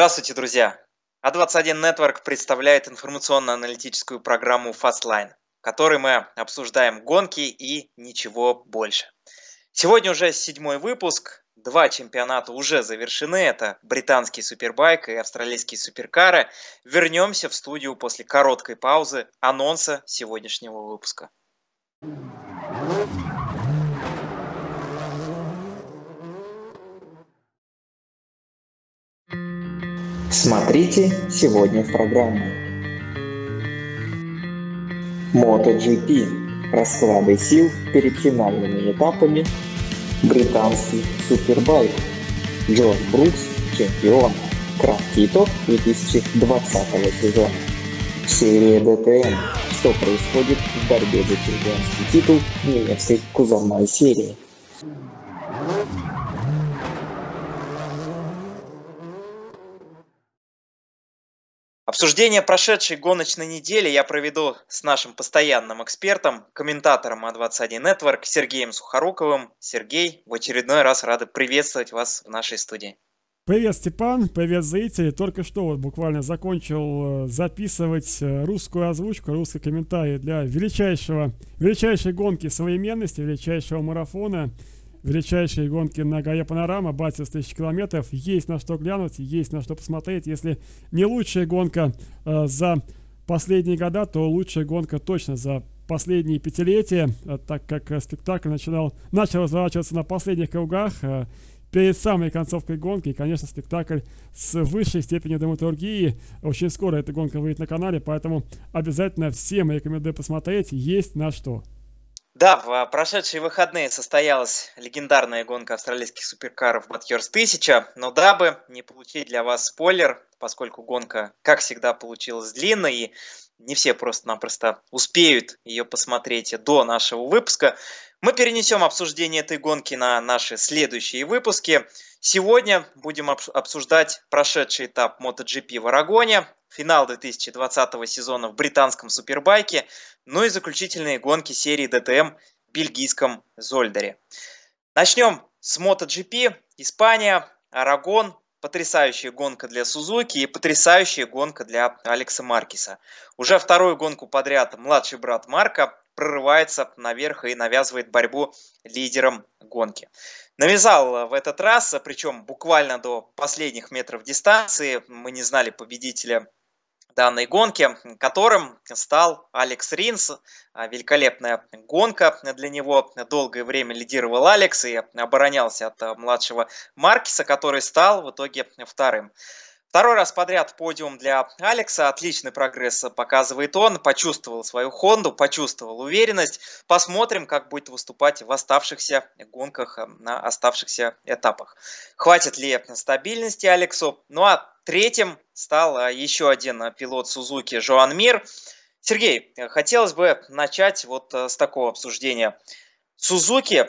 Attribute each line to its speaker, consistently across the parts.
Speaker 1: Здравствуйте, друзья! А21 Network представляет информационно-аналитическую программу Fastline, в которой мы обсуждаем гонки и ничего больше. Сегодня уже седьмой выпуск, два чемпионата уже завершены, это британский супербайк и австралийские суперкары. Вернемся в студию после короткой паузы анонса сегодняшнего выпуска.
Speaker 2: Смотрите сегодня в программе. MotoGP. Расклады сил перед финальными этапами. Британский супербайк. Джош Брукс – чемпион. Краткий итог 2020 сезона. Серия ДТМ. Что происходит в борьбе за чемпионский титул немецкой кузовной серии.
Speaker 1: Обсуждение прошедшей гоночной недели я проведу с нашим постоянным экспертом, комментатором А21 Network Сергеем Сухоруковым. Сергей, в очередной раз рады приветствовать вас в нашей студии.
Speaker 3: Привет, Степан, привет, зрители. Только что вот буквально закончил записывать русскую озвучку, русский комментарий для величайшей гонки современности, величайшего марафона, величайшей гонки на горе Панорама, Батис 1000 километров. Есть на что глянуть, есть на что посмотреть. Если не лучшая гонка за последние года, то лучшая гонка точно за последние пятилетия, так как спектакль начал разворачиваться на последних кругах, перед самой концовкой гонки. И, конечно, спектакль с высшей степенью драматургии. Очень скоро эта гонка выйдет на канале, поэтому обязательно всем рекомендую посмотреть. Есть на что.
Speaker 1: Да, в прошедшие выходные состоялась легендарная гонка австралийских суперкаров Bathurst 1000, но дабы не получить для вас спойлер, поскольку гонка, как всегда, получилась длинной, и не все просто-напросто успеют ее посмотреть до нашего выпуска, мы перенесем обсуждение этой гонки на наши следующие выпуски. Сегодня будем обсуждать прошедший этап MotoGP в Арагоне, финал 2020 сезона в британском супербайке, ну и заключительные гонки серии ДТМ в бельгийском Зольдере. Начнем с MotoGP, Испания, Арагон. Потрясающая гонка для Сузуки и потрясающая гонка для Алекса Маркеса. Уже вторую гонку подряд младший брат Марка прорывается наверх и навязывает борьбу лидерам гонки. Навязал в этот раз, причем буквально до последних метров дистанции. Мы не знали победителя данной гонки, которым стал Алекс Ринс. Великолепная гонка для него. Долгое время лидировал Алекс и оборонялся от младшего Маркеса, который стал в итоге вторым. Второй раз подряд подиум для Алекса. Отличный прогресс показывает он. Почувствовал свою Хонду, почувствовал уверенность. Посмотрим, как будет выступать в оставшихся гонках на оставшихся этапах. Хватит ли стабильности Алексу? Ну а третьим стал еще один пилот Сузуки Жоан Мир. Сергей, хотелось бы начать вот с такого обсуждения. Сузуки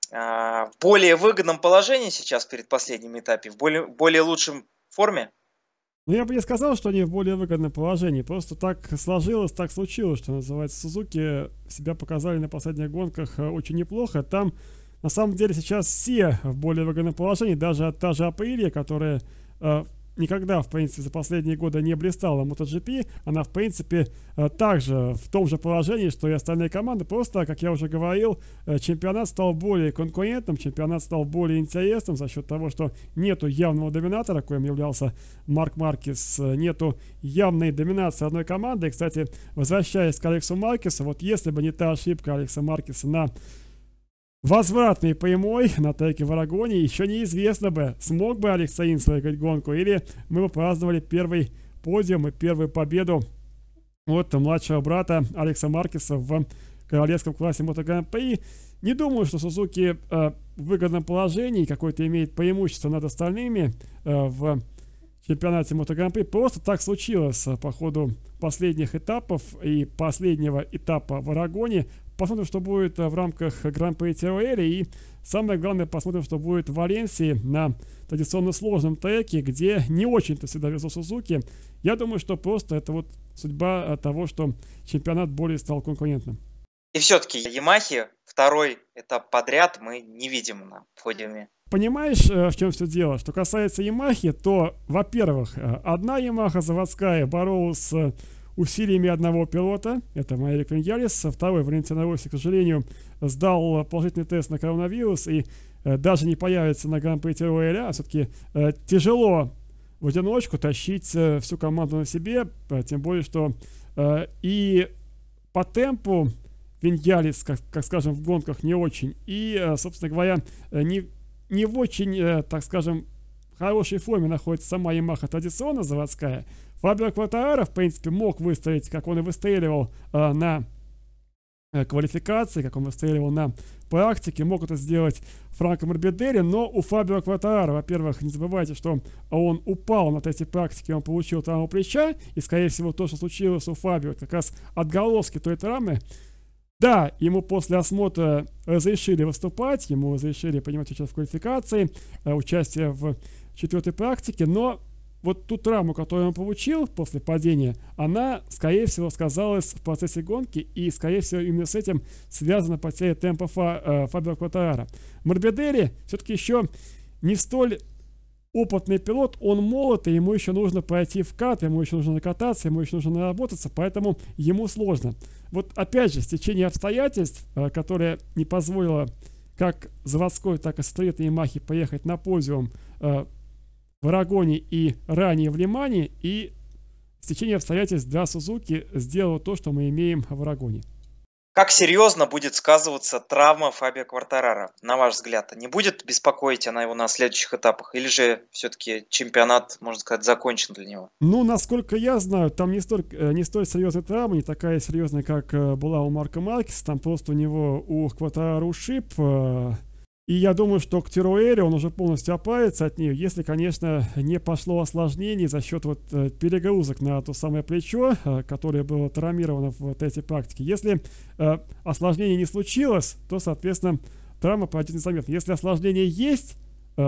Speaker 1: в более выгодном положении сейчас перед последним этапом, в более лучшем форме?
Speaker 3: Ну, я бы не сказал, что они в более выгодном положении. Просто так сложилось, так случилось, что называется. Сузуки себя показали на последних гонках очень неплохо. Там, на самом деле, сейчас все в более выгодном положении. Даже та же Априлия, которая никогда, в принципе, за последние годы не блистала в MotoGP, она, в принципе, также в том же положении, что и остальные команды. Просто, как я уже говорил, чемпионат стал более конкурентным, чемпионат стал более интересным за счет того, что нету явного доминатора, коим являлся Марк Маркес, нету явной доминации одной команды. И, кстати, возвращаясь к Алексу Маркесу, вот если бы не та ошибка Алекса Маркеса на возвратной прямой на треке в Арагоне, еще неизвестно бы, смог бы Алекс Ринс выиграть гонку, или мы бы праздновали первый подиум и первую победу от младшего брата Алекса Маркеса в королевском классе MotoGP. Не думаю, что Сузуки в выгодном положении какое-то имеет преимущество над остальными в чемпионате MotoGP. Просто так случилось по ходу последних этапов и последнего этапа в Арагоне. Посмотрим, что будет в рамках Гран-при Теруэля. И самое главное, посмотрим, что будет в Валенсии на традиционно сложном треке, где не очень-то всегда везло Сузуки. Я думаю, что просто это вот судьба того, что чемпионат более стал конкурентным.
Speaker 1: И все-таки Ямахи второй этап подряд мы не видим на подиуме.
Speaker 3: Понимаешь, в чем все дело? Что касается Ямахи, то, во-первых, одна Ямаха заводская боролась с усилиями одного пилота, это Майрик Виньялис, второй Валентин Росси, к сожалению, сдал положительный тест на коронавирус и даже не появится на Гран-при Тируэля, а все-таки тяжело в одиночку тащить всю команду на себе, тем более, что и по темпу Виньялис, как скажем, в гонках не очень, и, собственно говоря, не в очень, так скажем, хорошей форме находится сама Ямаха традиционно заводская. Фабио Квартарaro, в принципе, мог выстрелить, как он и выстреливал на квалификации, как он выстреливал на практике, мог это сделать Франко Морбидери, но у Фабио Квартарaro, во-первых, не забывайте, что он упал на третьей практике, он получил травму плеча, и, скорее всего, то, что случилось у Фабио, как раз отголоски той травмы. Да, ему после осмотра разрешили выступать, ему разрешили принимать участие в квалификации, участие в четвертой практике, но вот ту травму, которую он получил после падения, она, скорее всего, сказалась в процессе гонки, и, скорее всего, именно с этим связана потеря темпа Фабио Квартарaro. Морбидери все-таки еще не столь опытный пилот, он молод, и ему еще нужно пройти в кат, ему еще нужно накататься, ему еще нужно наработаться, поэтому ему сложно. Вот опять же, стечение обстоятельств, которое не позволило как заводской, так и состоятельной Ямахе поехать на подиум в Арагоне и ранее в Лимане, и стечение обстоятельств для Сузуки сделало то, что мы имеем в Арагоне.
Speaker 1: Как серьезно будет сказываться травма Фабио Квартарaro, на ваш взгляд? Не будет беспокоить она его на следующих этапах? Или же все-таки чемпионат, можно сказать, закончен для него?
Speaker 3: Ну, насколько я знаю, там не столь серьезная травма, не такая серьезная, как была у Марка Маркеса. Там просто у него у Квартарaro ушиб. И я думаю, что к Тируэле он уже полностью оправится от нее, если, конечно, не пошло осложнений за счет вот перегрузок на то самое плечо, которое было травмировано в третьей практике. Если осложнений не случилось, то, соответственно, травма пройдет незаметно. Если осложнения есть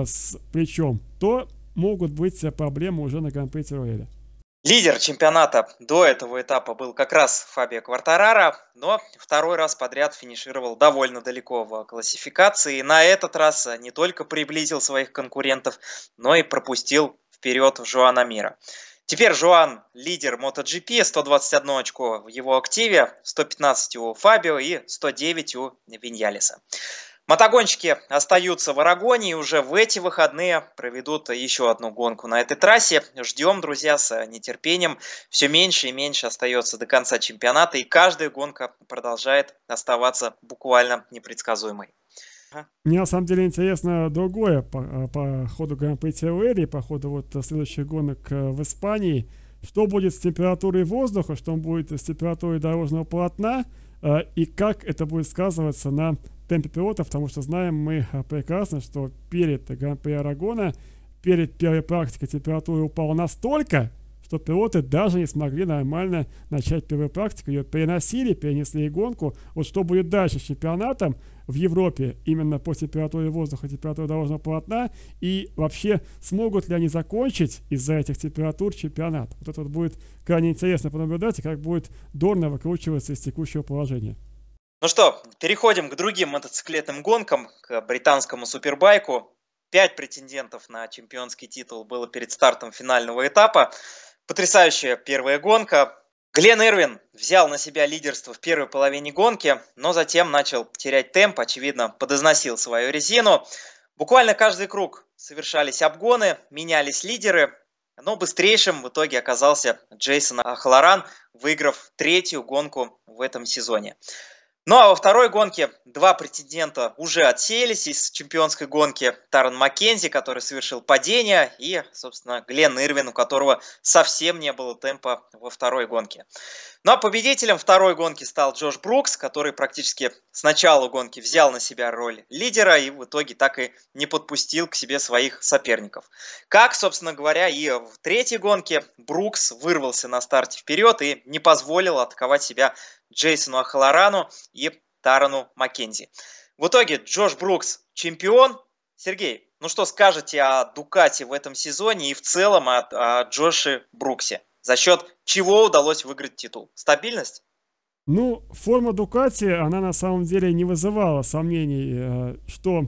Speaker 3: с плечом, то могут быть проблемы уже на Гран-при Тируэля.
Speaker 1: Лидер чемпионата до этого этапа был как раз Фабио Квартарaro, но второй раз подряд финишировал довольно далеко в классификации. И на этот раз не только приблизил своих конкурентов, но и пропустил вперед Жоана Мира. Теперь Жоан лидер MotoGP, 121 очко в его активе, 115 у Фабио и 109 у Виньялиса. Мотогонщики остаются в Арагоне и уже в эти выходные проведут еще одну гонку на этой трассе. Ждем, друзья, с нетерпением. Все меньше и меньше остается до конца чемпионата, и каждая гонка продолжает оставаться буквально непредсказуемой.
Speaker 3: Мне на самом деле интересно другое по ходу Гран-при Тируэля и по ходу вот следующих гонок в Испании. Что будет с температурой воздуха, что будет с температурой дорожного полотна, и как это будет сказываться на темпе пилотов, потому что знаем мы прекрасно, что перед Гран-при Арагона, перед первой практикой температура упала настолько, что пилоты даже не смогли нормально начать первую практику, ее перенесли гонку. Вот что будет дальше с чемпионатом в Европе именно по температуре воздуха, температуре дорожного полотна, и вообще смогут ли они закончить из-за этих температур чемпионат. Вот это вот будет крайне интересно понаблюдать, и как будет Дорна выкручиваться из текущего положения.
Speaker 1: Ну что, переходим к другим мотоциклетным гонкам, к британскому супербайку. 5 претендентов на чемпионский титул было перед стартом финального этапа. Потрясающая первая гонка. Глен Ирвин взял на себя лидерство в первой половине гонки, но затем начал терять темп, очевидно, подизносил свою резину. Буквально каждый круг совершались обгоны, менялись лидеры, но быстрейшим в итоге оказался Джейсон Охларан, выиграв третью гонку в этом сезоне. Ну а во второй гонке два претендента уже отсеялись из чемпионской гонки. Таран Маккензи, который совершил падение, и, собственно, Глен Ирвин, у которого совсем не было темпа во второй гонке. Ну а победителем второй гонки стал Джош Брукс, который практически с начала гонки взял на себя роль лидера и в итоге так и не подпустил к себе своих соперников. Как, собственно говоря, и в третьей гонке Брукс вырвался на старте вперед и не позволил атаковать себя Джейсону Охларану и Тарану Маккензи. В итоге Джош Брукс чемпион. Сергей, ну что скажете о Дукати в этом сезоне и в целом о Джоше Бруксе? За счет чего удалось выиграть титул? Стабильность?
Speaker 3: Ну, форма Дукати, она на самом деле не вызывала сомнений, что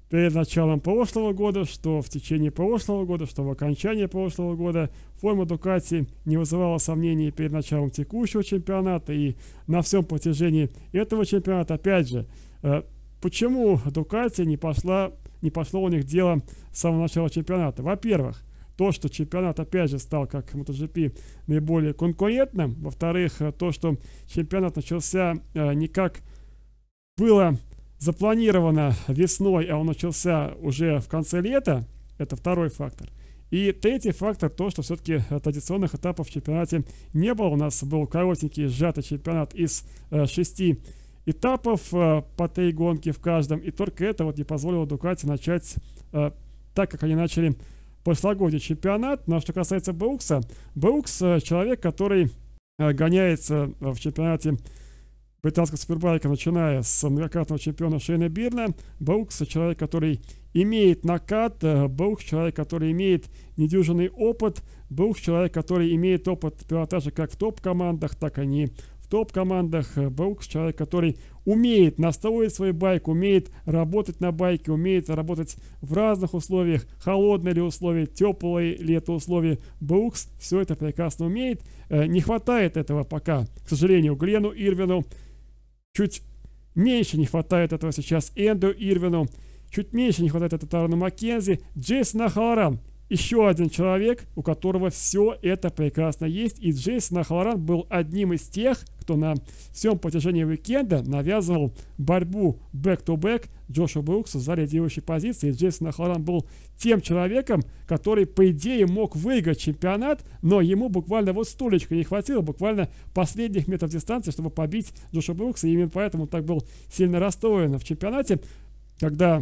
Speaker 3: перед началом прошлого года, что в течение прошлого года, что в окончании прошлого года. Форма Дукати не вызывала сомнений перед началом текущего чемпионата и на всем протяжении этого чемпионата. Опять же, почему Дукати не пошло у них дело с самого начала чемпионата? Во-первых, то, что чемпионат опять же стал, как MotoGP, наиболее конкурентным. Во-вторых, то, что чемпионат начался не как было запланировано весной, а он начался уже в конце лета. Это второй фактор. И третий фактор, то, что все-таки традиционных этапов в чемпионате не было. У нас был коротенький сжатый чемпионат из 6 этапов по 3 гонки в каждом. И только это вот не позволило Дукати начать так, как они начали прошлогодний чемпионат. Но что касается Броукса, Броукс человек, который гоняется в чемпионате британского супербайка, начиная с многократного чемпиона Шейна Бирна. Броукс человек, который имеет накат, Броукс человек, который имеет недюжинный опыт, Броукс человек, который имеет опыт пилотажа как в топ-командах, так и не в топ-командах. Броукс человек, который умеет настроить свой байк, умеет работать на байке, умеет работать в разных условиях, холодные ли условия, теплые ли это условия. Броукс все это прекрасно умеет. Не хватает этого пока, к сожалению, Глену Ирвину. Чуть меньше не хватает этого сейчас Эндрю Ирвину. Чуть меньше не хватает этого Тарану Маккензи. Джейсон Охларан. Еще один человек, у которого все это прекрасно есть. И Джейсон Охларан был одним из тех, кто на всем протяжении уикенда навязывал борьбу бэк-то-бэк Джошу Бруксу за лидирующей позиции. И Джейсон Охларан был тем человеком, который, по идее, мог выиграть чемпионат, но ему буквально вот стулечка не хватило, буквально последних метров дистанции, чтобы побить Джоша Брукса. И именно поэтому он так был сильно расстроен в чемпионате, когда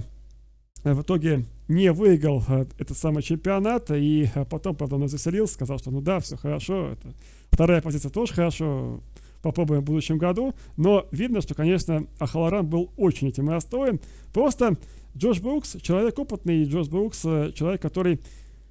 Speaker 3: в итоге не выиграл этот самый чемпионат, и потом, правда, он завеселился, сказал, что ну да, все хорошо, это вторая позиция тоже хорошо, попробуем в будущем году. Но видно, что, конечно, Охларан был очень этим расстроен. Просто Джош Брукс человек опытный, Джош Брукс человек, который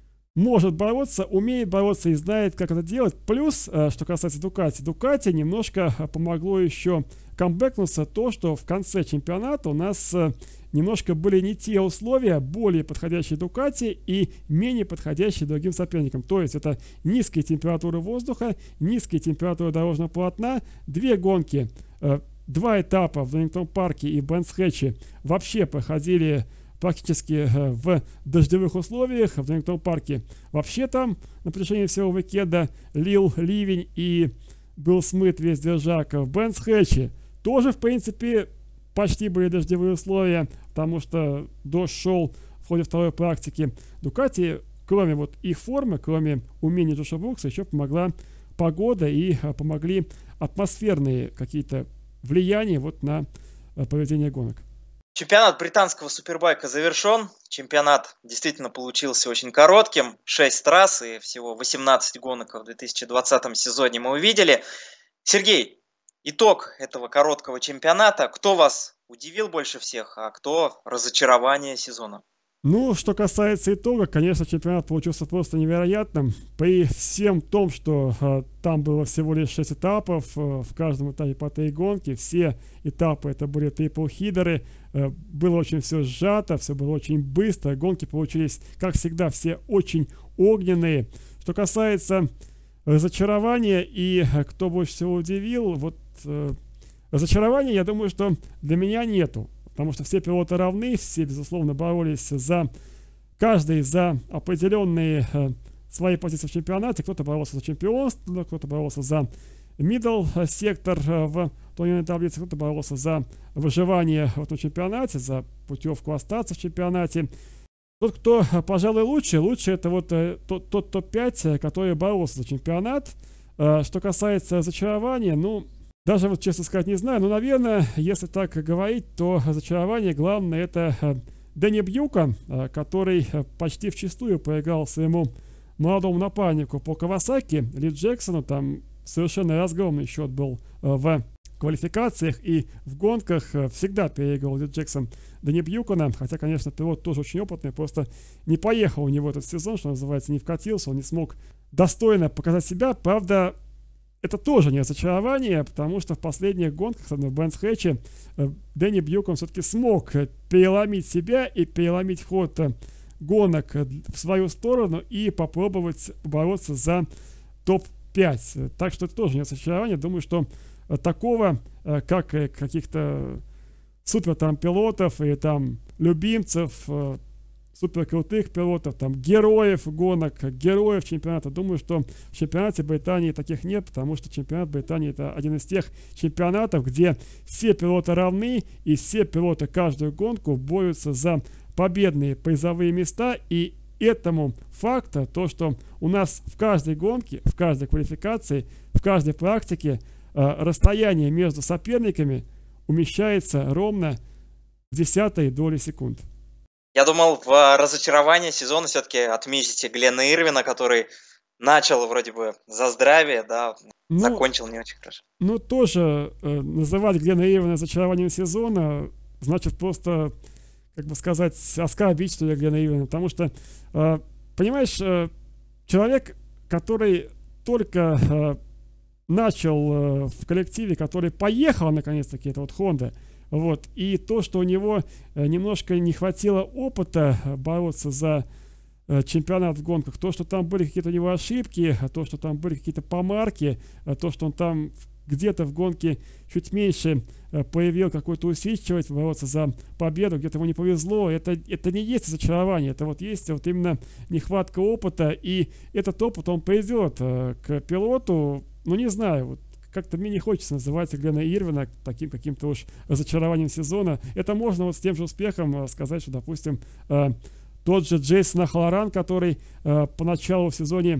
Speaker 3: может бороться, умеет бороться и знает, как это делать. Плюс, что касается Дукати, Дукати немножко помогло еще камбэкнуться то, что в конце чемпионата у нас немножко были не те условия, более подходящие Дукати и менее подходящие другим соперникам. То есть это низкие температуры воздуха, низкие температуры дорожного полотна, 2 гонки, 2 этапа в Донингтон-парке и Бенс-Хэтче вообще проходили практически в дождевых условиях. В Донингтон-парке вообще там на протяжении всего уикенда лил ливень и был смыт весь держак. В Бенс-Хэтче тоже, в принципе, почти были дождевые условия, потому что дождь шел в ходе второй практики. Дукати, кроме вот их формы, кроме умений Джоша Брукса, еще помогла погода и помогли атмосферные какие-то влияния вот на поведение гонок.
Speaker 1: Чемпионат британского супербайка завершен. Чемпионат действительно получился очень коротким. 6 трасс и всего 18 гонок в 2020 сезоне мы увидели. Сергей, итог этого короткого чемпионата. Кто вас удивил больше всех, а кто разочарование сезона?
Speaker 3: Ну, что касается итога, конечно, чемпионат получился просто невероятным. При всем том, что там было всего лишь 6 этапов, в каждом этапе по 3 гонки, все этапы это были трипл-хидеры, было очень все сжато, все было очень быстро, гонки получились, как всегда, все очень огненные. Что касается разочарования и кто больше всего удивил, вот разочарования, я думаю, что для меня нету. Потому что все пилоты равны, все, безусловно, боролись каждый за определенные свои позиции в чемпионате. Кто-то боролся за чемпионство, кто-то боролся за middle сектор в турнирной таблице, кто-то боролся за выживание в этом чемпионате, за путевку остаться в чемпионате. Тот, кто, пожалуй, лучше это вот тот топ-5, который боролся за чемпионат. Что касается разочарования, ну, даже вот, честно сказать, не знаю, но, наверное, если так говорить, то разочарование главное это Дэнни Бьюкан, который почти вчистую проиграл своему молодому напарнику по Кавасаки, Ли Джексону. Там совершенно разгромный счет был в квалификациях и в гонках. Всегда переиграл Ли Джексон Дэнни Бьюкана, хотя, конечно, пилот тоже очень опытный, просто не поехал у него этот сезон, что называется, не вкатился, он не смог достойно показать себя. Правда, это тоже не разочарование, потому что в последних гонках, особенно в Бенс Хэтче, Дэнни Бьюк, он все-таки смог переломить себя и переломить ход гонок в свою сторону и попробовать бороться за топ-5. Так что это тоже не разочарование. Думаю, что такого, как каких-то супер там пилотов и там любимцев, супер крутых пилотов, там героев гонок, героев чемпионата. Думаю, что в чемпионате Британии таких нет, потому что чемпионат Британии это один из тех чемпионатов, где все пилоты равны и все пилоты каждую гонку борются за победные призовые места. И этому факту, то, что у нас в каждой гонке, в каждой квалификации, в каждой практике расстояние между соперниками умещается ровно в десятой доли секунд.
Speaker 1: Я думал, в разочарование сезона все-таки отметите Глена Ирвина, который начал вроде бы за здравие, да, закончил не очень хорошо.
Speaker 3: Ну, тоже называть Глена Ирвина разочарованием сезона, значит просто, как бы сказать, оскорбить, что ли, Глена Ирвина. Потому что, понимаешь, человек, который только начал в коллективе, который поехал, наконец-таки, это вот Honda, вот, и то, что у него немножко не хватило опыта бороться за чемпионат в гонках, то, что там были какие-то у него ошибки, то, что там были какие-то помарки, то, что он там где-то в гонке чуть меньше проявил какую-то усидчивость, бороться за победу, где-то ему не повезло, это не есть разочарование, это вот есть вот именно нехватка опыта, и этот опыт, он придет к пилоту, ну не знаю, вот как-то мне не хочется называть Глена Ирвина таким каким-то уж разочарованием сезона. Это можно вот с тем же успехом сказать, что, допустим, тот же Джейсон Ахларан, который поначалу в сезоне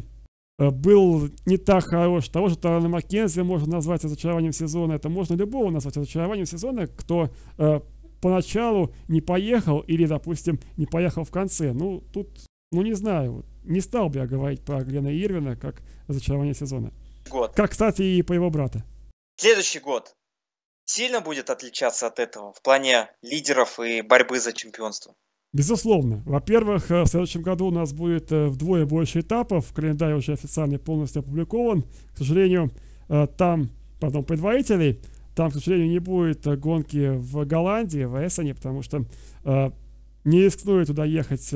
Speaker 3: был не так хорош, того же Тарана Маккензи можно назвать разочарованием сезона. Это можно любого назвать разочарованием сезона, кто поначалу не поехал или, допустим, не поехал в конце. Ну, тут, ну не знаю, не стал бы я говорить про Глена Ирвина как разочарование сезона.
Speaker 1: Год.
Speaker 3: Как, кстати, и по его брата.
Speaker 1: Следующий год сильно будет отличаться от этого в плане лидеров и борьбы за чемпионство?
Speaker 3: Безусловно. Во-первых, в следующем году у нас будет вдвое больше этапов. Календарь уже официально полностью опубликован. К сожалению, там, потом предварителей, там, к сожалению, не будет гонки в Голландии, в Эссене, потому что не рискну туда ехать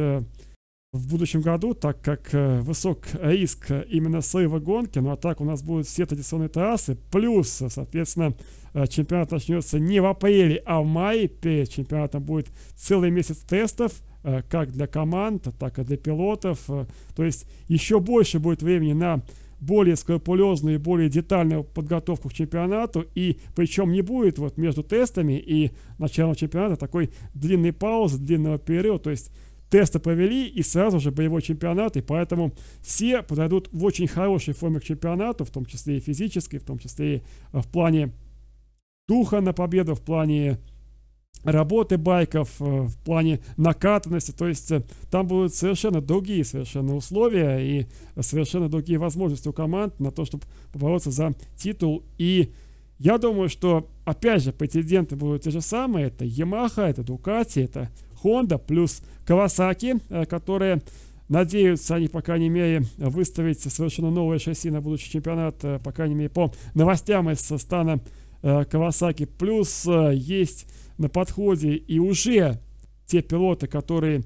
Speaker 3: в будущем году, так как высок риск именно срыва гонки. Ну а так у нас будут все традиционные трассы, плюс, соответственно, чемпионат начнется не в апреле, а в мае. Перед чемпионатом будет целый месяц тестов, как для команд, так и для пилотов. То есть еще больше будет времени на более скрупулезную и более детальную подготовку к чемпионату. И причем не будет вот между тестами и началом чемпионата такой длинной паузы, длинного перерыва. То есть тесты провели и сразу же боевой чемпионат, и поэтому все подойдут в очень хорошей форме к чемпионату, в том числе и физически, в том числе и в плане духа на победу, в плане работы байков, в плане накатанности. То есть там будут совершенно другие совершенно условия и совершенно другие возможности у команд на то, чтобы побороться за титул. И я думаю, что опять же претенденты будут те же самые. Это Yamaha, это Ducati, это Honda плюс Kawasaki, которые надеются, они, по крайней мере, выставить совершенно новое шасси на будущий чемпионат, по крайней мере, по новостям из стана Kawasaki. Плюс есть на подходе и уже те пилоты, которые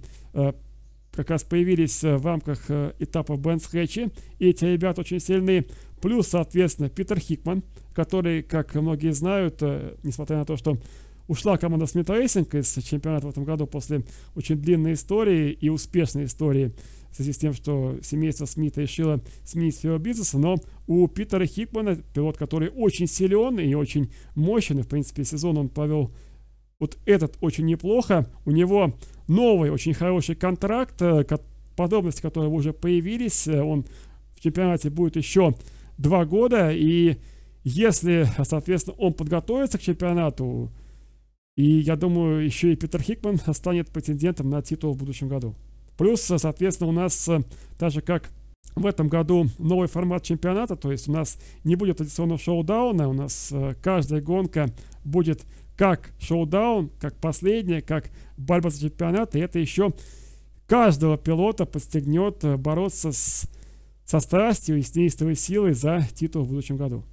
Speaker 3: как раз появились в рамках этапа Бенс Хэтчи. И эти ребята очень сильны. Плюс, соответственно, Питер Хикман, который, как многие знают, несмотря на то, что ушла команда Смит Рейсинг из чемпионата в этом году после очень длинной истории и успешной истории в связи с тем, что семейство Смита решило сменить сферу бизнеса, но у Питера Хикмана, пилот, который очень силен и очень мощен, и в принципе сезон он провел вот этот очень неплохо, у него новый очень хороший контракт, подробности которого уже появились, он в чемпионате будет еще 2 года, и если, соответственно, он подготовится к чемпионату, и я думаю, еще и Питер Хикман станет претендентом на титул в будущем году. Плюс, соответственно, у нас, так же как в этом году, новый формат чемпионата, то есть у нас не будет традиционного шоу-дауна, у нас каждая гонка будет как шоу-даун, как последняя, как борьба за чемпионат, и это еще каждого пилота подстегнет бороться со страстью и с неистовой силой за титул в будущем году.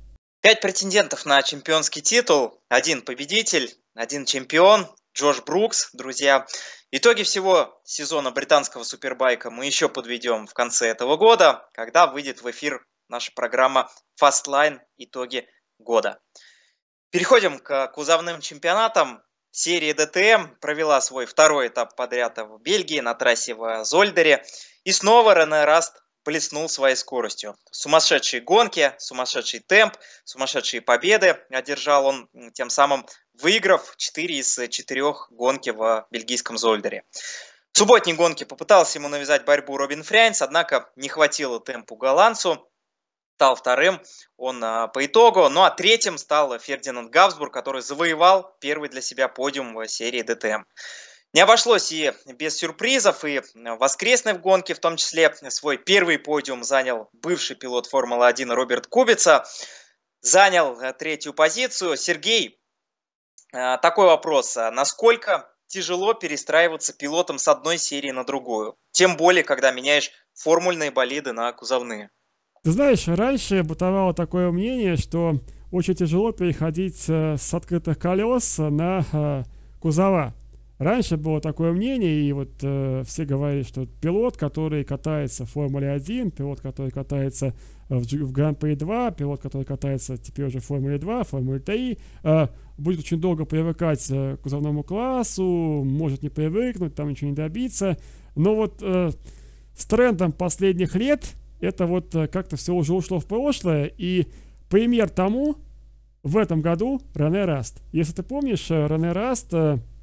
Speaker 1: 5 претендентов на чемпионский титул, один победитель, один чемпион, Джош Брукс, друзья. Итоги всего сезона британского супербайка мы еще подведем в конце этого года, когда выйдет в эфир наша программа Fastline «Итоги года». Переходим к кузовным чемпионатам. Серия ДТМ провела свой второй этап подряд в Бельгии на трассе в Зольдере. И снова Рене Раст блеснул своей скоростью. Сумасшедшие гонки, сумасшедший темп, сумасшедшие победы одержал он, тем самым выиграв 4 из 4 гонки в бельгийском Зольдере. В субботней гонке попытался ему навязать борьбу Робин Фрянц, однако не хватило темпу голландцу. Стал вторым он по итогу. Ну а третьим стал Фердинанд Гавсбург, который завоевал первый для себя подиум в серии ДТМ. Не обошлось и без сюрпризов, и в воскресной гонке в том числе свой первый подиум занял бывший пилот Формулы-1 Роберт Кубица. Занял третью позицию. Сергей, такой вопрос. Насколько тяжело перестраиваться пилотом с одной серии на другую? Тем более, когда меняешь формульные болиды на кузовные.
Speaker 3: Ты знаешь, раньше бытовало такое мнение, что очень тяжело переходить с открытых колес на кузова. Раньше было такое мнение, и вот все говорили, что пилот, который катается в Формуле 1, пилот, который катается в Гран-при 2, пилот, который катается теперь уже в Формуле 2, Формуле 3, будет очень долго привыкать к кузовному классу, может не привыкнуть, там ничего не добиться. Но вот с трендом последних лет это вот как-то все уже ушло в прошлое, и пример тому в этом году Рене Раст. Если ты помнишь, Рене Раст,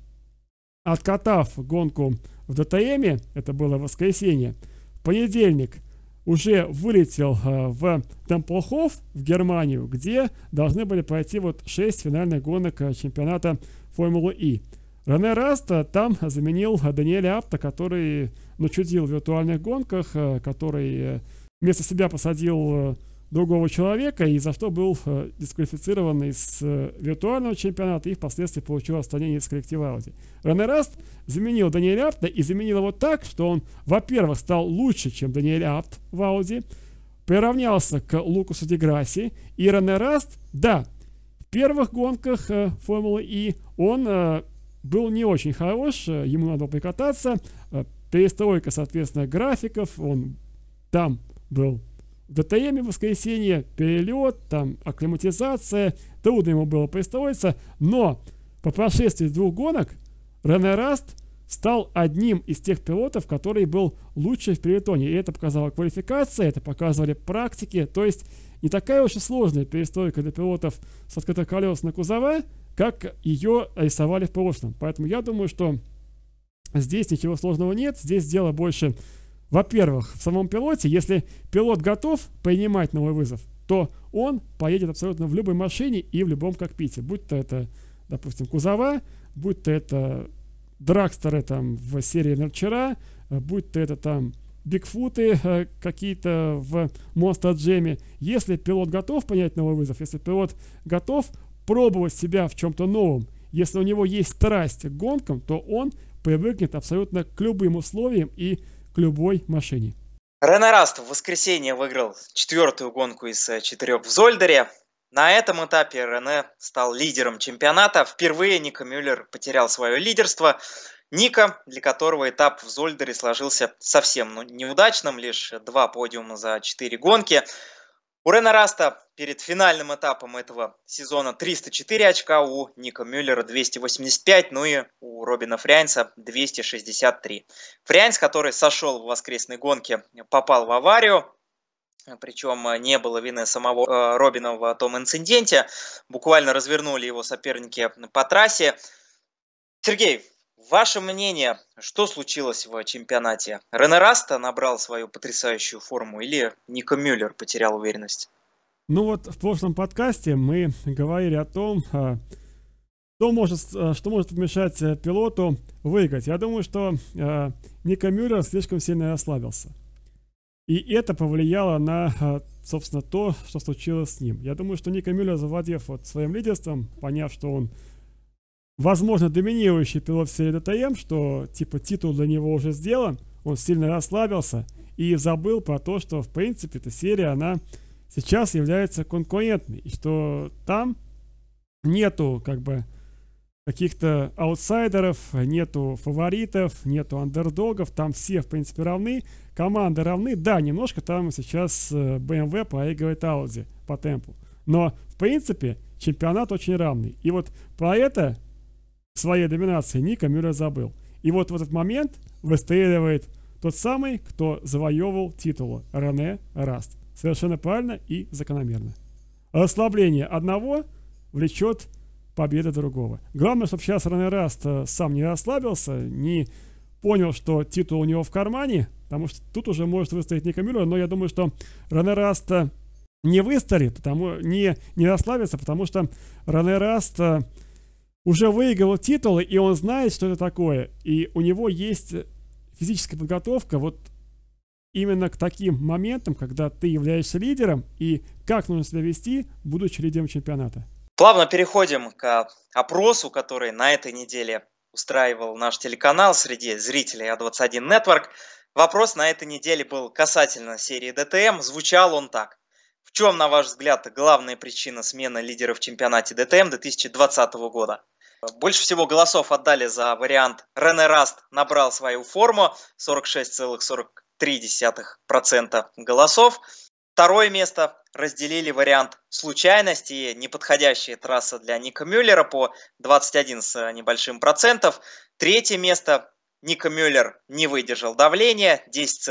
Speaker 3: откатав гонку в ДТМе, это было воскресенье, в понедельник уже вылетел в Темплхоф в Германию, где должны были пройти вот 6 финальных гонок чемпионата Формулы И. Рене Раст там заменил Даниэля Апта, который чудил в виртуальных гонках, который вместо себя посадил другого человека, и за что был дисквалифицирован из виртуального чемпионата и впоследствии получил отстранение из коллектива Audi. Рене Раст заменил Даниэля Апта и заменил его так, что он, во-первых, стал лучше, чем Даниэль Апт в Audi, приравнялся к Лукасу Ди Грасси, и Рене Раст, да, в первых гонках Формулы И он был не очень хорош, ему надо было прикататься, перестройка, соответственно, графиков, он там был в ДТМе в воскресенье, перелет, там акклиматизация, трудно ему было пристроиться, но по прошествии 2 гонок Рене Раст стал одним из тех пилотов, который был лучший в пелотоне, и это показала квалификация, это показывали практики, то есть не такая уж и сложная перестройка для пилотов с открытых колес на кузова, как ее рисовали в прошлом, поэтому я думаю, что здесь ничего сложного нет, здесь дело больше, во-первых, в самом пилоте. Если пилот готов принимать новый вызов, то он поедет абсолютно в любой машине и в любом кокпите. Будь то это, допустим, кузова, будь то это драгстеры там в серии Нерчера, будь то это там бигфуты какие-то в Monster Jam. Если пилот готов принять новый вызов, если пилот готов пробовать себя в чем-то новом, если у него есть страсть к гонкам, то он привыкнет абсолютно к любым условиям и к любой машине.
Speaker 1: Рене Раст в воскресенье выиграл 4-ю гонку из 4 в Зольдере. На этом этапе Рене стал лидером чемпионата. Впервые Ника Мюллер потерял свое лидерство. Ника, для которого этап в Зольдере сложился совсем неудачным, лишь 2 подиума за 4 гонки. У Рене Раста перед финальным этапом этого сезона 304 очка, у Ника Мюллера 285, ну и у Робина Фрянца 263. Фрянц, который сошел в воскресной гонке, попал в аварию, причем не было вины самого Робина в том инциденте, буквально развернули его соперники по трассе. Сергей, ваше мнение, что случилось в чемпионате? Рене Раст набрал свою потрясающую форму или Ника Мюллер потерял уверенность?
Speaker 3: Ну вот в прошлом подкасте мы говорили о том, что может помешать пилоту выиграть. Я думаю, что Ника Мюллер слишком сильно расслабился. И это повлияло на, собственно, то, что случилось с ним. Я думаю, что Ника Мюллер, завладев вот своим лидерством, поняв, что он возможно, доминирующий пилот в серии ДТМ, что типа титул для него уже сделан, он сильно расслабился и забыл про то, что в принципе эта серия, она сейчас является конкурентной, и что там нету как бы каких-то аутсайдеров, нету фаворитов, нету андердогов, там все, в принципе, равны, команды равны. Да, немножко там сейчас BMW проигрывает Audi по темпу, но, в принципе, чемпионат очень равный. И вот про это в своей доминации Ника Мюллер забыл. И вот в этот момент выстреливает тот самый, кто завоевывал титул, Рене Раст. Совершенно правильно и закономерно. Расслабление одного влечет победа другого. Главное, чтобы сейчас Рене Раст сам не расслабился, не понял, что титул у него в кармане, потому что тут уже может выстрелить Ника Мюллер, но я думаю, что Рене Раст не выстрелит, не расслабится, потому что Рене Раст уже выиграл титулы, и он знает, что это такое. И у него есть физическая подготовка вот именно к таким моментам, когда ты являешься лидером, и как нужно себя вести, будучи лидером чемпионата.
Speaker 1: Плавно переходим к опросу, который на этой неделе устраивал наш телеканал среди зрителей А21 Network. Вопрос на этой неделе был касательно серии ДТМ. Звучал он так. В чем, на ваш взгляд, главная причина смены лидера в чемпионате ДТМ 2020 года? Больше всего голосов отдали за вариант Рене Раст набрал свою форму, 46,43% голосов. Второе место разделили вариант случайности и неподходящая трасса для Ника Мюллера по 21 с небольшим процентов. Третье место Ника Мюллер не выдержал давления,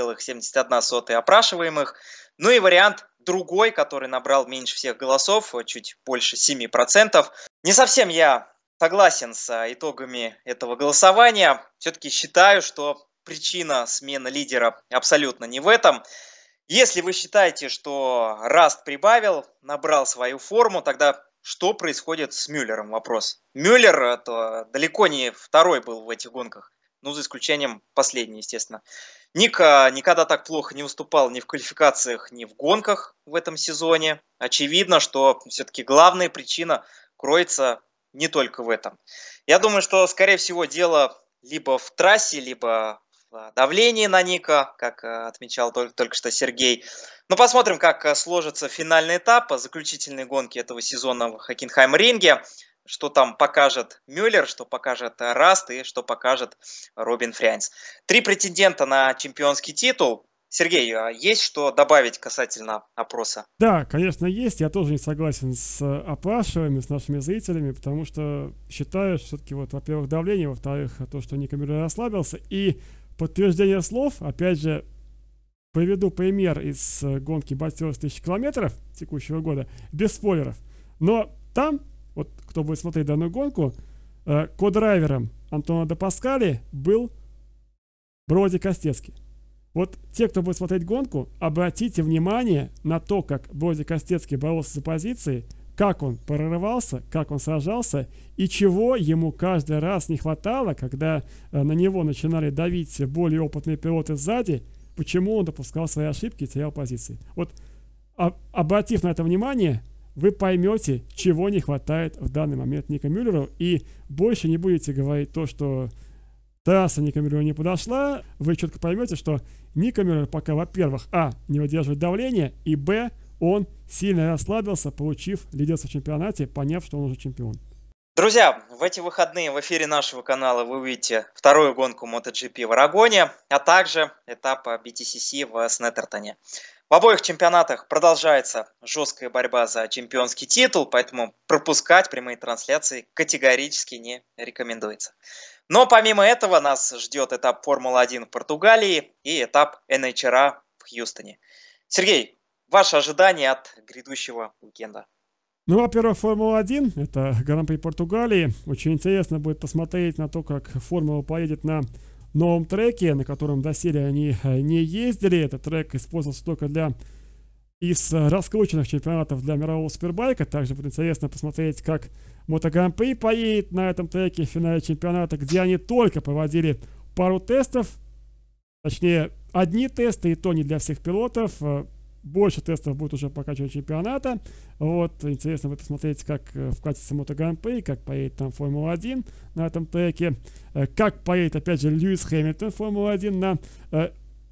Speaker 1: 10,71 опрашиваемых. Ну и вариант другой, который набрал меньше всех голосов, чуть больше 7%. Не совсем я согласен с итогами этого голосования. Все-таки считаю, что причина смены лидера абсолютно не в этом. Если вы считаете, что Раст прибавил, набрал свою форму, тогда что происходит с Мюллером? Вопрос. Мюллер это далеко не второй был в этих гонках. Ну, за исключением последней, естественно. Ника никогда так плохо не выступал ни в квалификациях, ни в гонках в этом сезоне. Очевидно, что все-таки главная причина кроется не только в этом. Я думаю, что, скорее всего, дело либо в трассе, либо в давлении на Ника, как отмечал только что Сергей. Но посмотрим, как сложится финальный этап, заключительной гонки этого сезона в Хоккенхайм-ринге. Что там покажет Мюллер, что покажет Раст и что покажет Робин Фрянц. 3 претендента на чемпионский титул. Сергей, есть что добавить касательно опроса?
Speaker 3: Да, конечно, есть. Я тоже не согласен с опрашиваемыми, с нашими зрителями, потому что считаю, что все-таки, вот, во-первых, давление, во-вторых, то, что Ника Мюллер расслабился. И подтверждение слов, опять же, приведу пример из гонки Bathurst 1000 километров текущего года, без спойлеров. Но там, вот кто будет смотреть данную гонку, ко-драйвером Антона де Паскали был Броди Костецкий. Вот те, кто будет смотреть гонку, обратите внимание на то, как Броди Костецкий боролся за позиции, как он прорывался, как он сражался и чего ему каждый раз не хватало, когда на него начинали давить более опытные пилоты сзади, почему он допускал свои ошибки и терял позиции. Вот обратив на это внимание, вы поймете, чего не хватает в данный момент Ника Мюллеру, и больше не будете говорить то, что трасса Ника Мюллеру не подошла. Вы четко поймете, что Ника Мюллер пока, во-первых, не выдерживает давление, и он сильно расслабился, получив лидерство в чемпионате, поняв, что он уже чемпион.
Speaker 1: Друзья, в эти выходные в эфире нашего канала вы увидите вторую гонку MotoGP в Арагоне, а также этап BTCC в Снеттертоне. В обоих чемпионатах продолжается жесткая борьба за чемпионский титул, поэтому пропускать прямые трансляции категорически не рекомендуется. Но помимо этого нас ждет этап Формулы-1 в Португалии и этап NHRA в Хьюстоне. Сергей, ваши ожидания от грядущего уикенда?
Speaker 3: Ну, во-первых, Формула-1, это Гран-при Португалии. Очень интересно будет посмотреть на то, как Формула поедет на новом треке, на котором доселе они не ездили. Этот трек использовался только из раскрученных чемпионатов для мирового супербайка. Также будет интересно посмотреть, как Мото Гран-при поедет на этом треке в финале чемпионата, где они только проводили пару тестов. Точнее, одни тесты, и то не для всех пилотов. Больше тестов будет уже по окончанию чемпионата. Вот, интересно будет посмотреть, как вкатится Мото Гран-при, как поедет там Формула-1 на этом треке, как поедет, опять же, Льюис Хэмилтон Формула-1 на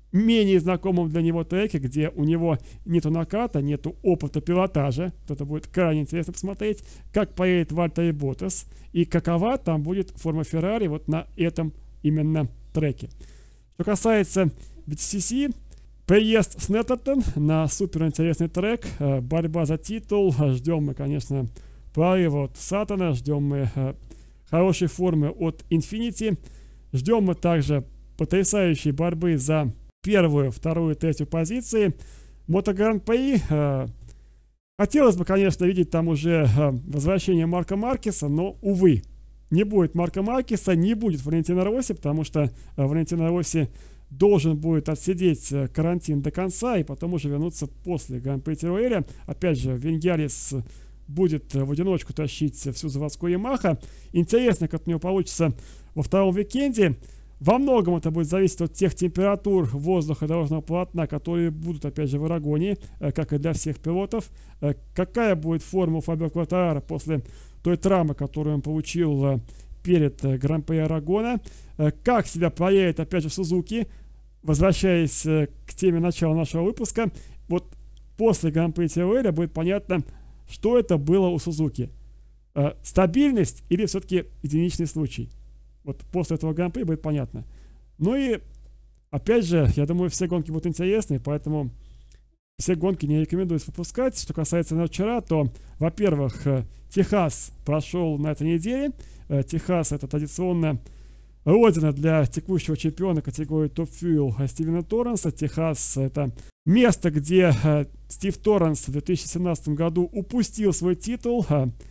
Speaker 3: менее знакомом для него треке, где у него нету наката, нету опыта пилотажа. Это будет крайне интересно посмотреть, как поедет Вальтери Боттас и какова там будет форма Феррари вот на этом именно треке. Что касается BTCC, приезд Снеттертон на суперинтересный трек, борьба за титул, ждем мы, конечно, прорыва от Саттона, ждем мы хорошей формы от Infinity, ждем мы также потрясающей борьбы за первую, вторую, третью позиции. Мото Гран-при. Хотелось бы, конечно, видеть там уже возвращение Марка Маркеса, но, увы, не будет Марка Маркеса, не будет Валентина Росси, потому что Валентина Росси должен будет отсидеть карантин до конца и потом уже вернуться после Гран-при Теруэля. Опять же, Вингьялис будет в одиночку тащить всю заводскую Ямаха. Интересно, как у него получится во втором уикенде. Во многом это будет зависеть от тех температур воздуха дорожного полотна, которые будут, опять же, в Арагоне, как и для всех пилотов. Какая будет форма у Фабио Квартарара после той травмы, которую он получил перед Гран-при Арагона. Как себя проявит, опять же, Сузуки, возвращаясь к теме начала нашего выпуска. Вот после Гран-при Теруэля будет понятно, что это было у Сузуки. Стабильность или все-таки единичный случай. Вот после этого Гран-при будет понятно. Ну и, опять же, я думаю, все гонки будут интересны, поэтому все гонки не рекомендуется выпускать. Что касается на вчера, то, во-первых, Техас прошел на этой неделе. Техас — это традиционно родина для текущего чемпиона категории Top Fuel Стивена Торренса. Техас — это место, где Стив Торренс в 2017 году упустил свой титул.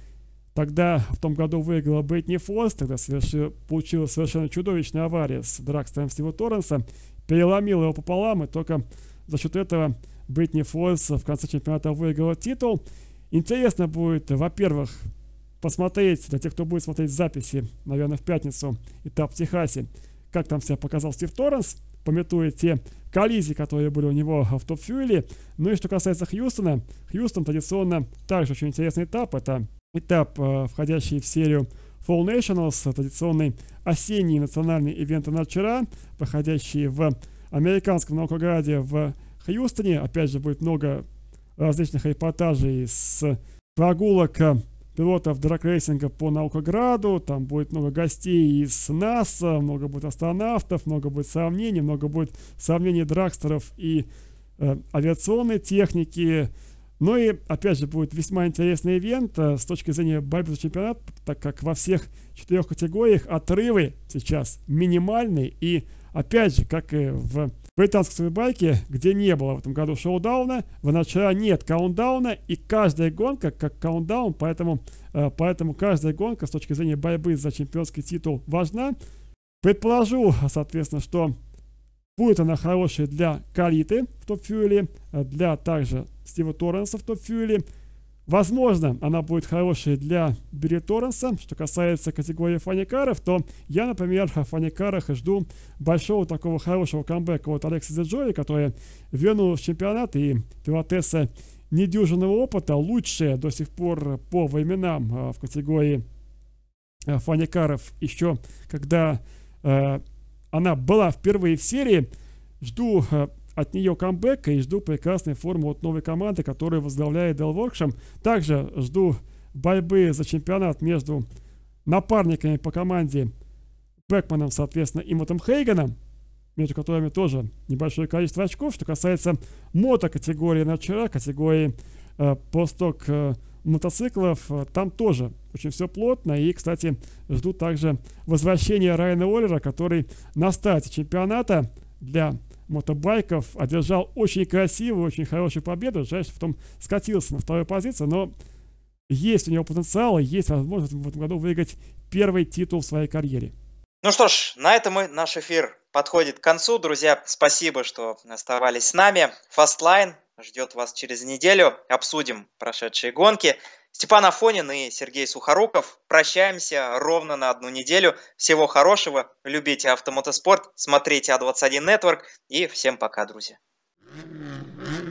Speaker 3: Тогда в том году выиграла Бритни Форс, тогда получилась совершенно чудовищная авария с драгстером Стива Торренса, переломила его пополам, и только за счет этого Бритни Форс в конце чемпионата выиграла титул. Интересно будет, во-первых, посмотреть, для тех, кто будет смотреть записи, наверное, в пятницу, этап в Техасе, как там себя показал Стив Торренс, памятуя те коллизии, которые были у него в топ-фьюэле. Ну и что касается Хьюстона, Хьюстон традиционно также очень интересный этап, это этап, входящий в серию Fall Nationals, традиционный осенний национальный ивент на вчера, проходящий в американском наукограде в Хьюстоне. Опять же, будет много различных репортажей с прогулок пилотов драг-рейсинга по наукограду. Там будет много гостей из НАСА, много будет астронавтов, много будет сравнений, много будет сравнений драгстеров и авиационной техники. Ну и, опять же, будет весьма интересный ивент с точки зрения борьбы за чемпионат, так как во всех 4 категориях отрывы сейчас минимальные. И, опять же, как и в британской супербайке, где не было в этом году шоу-дауна, в начале нет каунтдауна, и каждая гонка как каунтдаун, поэтому каждая гонка с точки зрения борьбы за чемпионский титул важна. Предположу, соответственно, что будет она хорошей для Калиты в топ-фьюэле, для также Стива Торренса в топ-фьюэле. Возможно, она будет хорошей для Билли Торренса. Что касается категории фаникаров, то я, например, в фаникарах жду большого такого хорошего камбэка от Алекси Джои, которая вернулась в чемпионат, и пилотесса недюжинного опыта, лучшая до сих пор по временам в категории фаникаров, еще когда она была впервые в серии. Жду от нее камбэка и жду прекрасной формы от новой команды, которую возглавляет Дэл Воркшем. Также жду борьбы за чемпионат между напарниками по команде Бекманом, соответственно, и Мэттом Хейганом, между которыми тоже небольшое количество очков. Что касается мотокатегории на вчера, категории посток мотоциклов, там тоже очень все плотно. И, кстати, жду также возвращения Райана Оллера, который на старте чемпионата для мотобайков одержал очень красивую, очень хорошую победу. Жаль, что потом скатился на вторую позицию, но есть у него потенциал, и есть возможность в этом году выиграть первый титул в своей карьере.
Speaker 1: Ну что ж, на этом наш эфир подходит к концу. Друзья, спасибо, что оставались с нами. Fastlane ждет вас через неделю. Обсудим прошедшие гонки. Степан Афонин и Сергей Сухоруков. Прощаемся ровно на 1 неделю. Всего хорошего. Любите автомотоспорт. Смотрите А21 Network. И всем пока, друзья.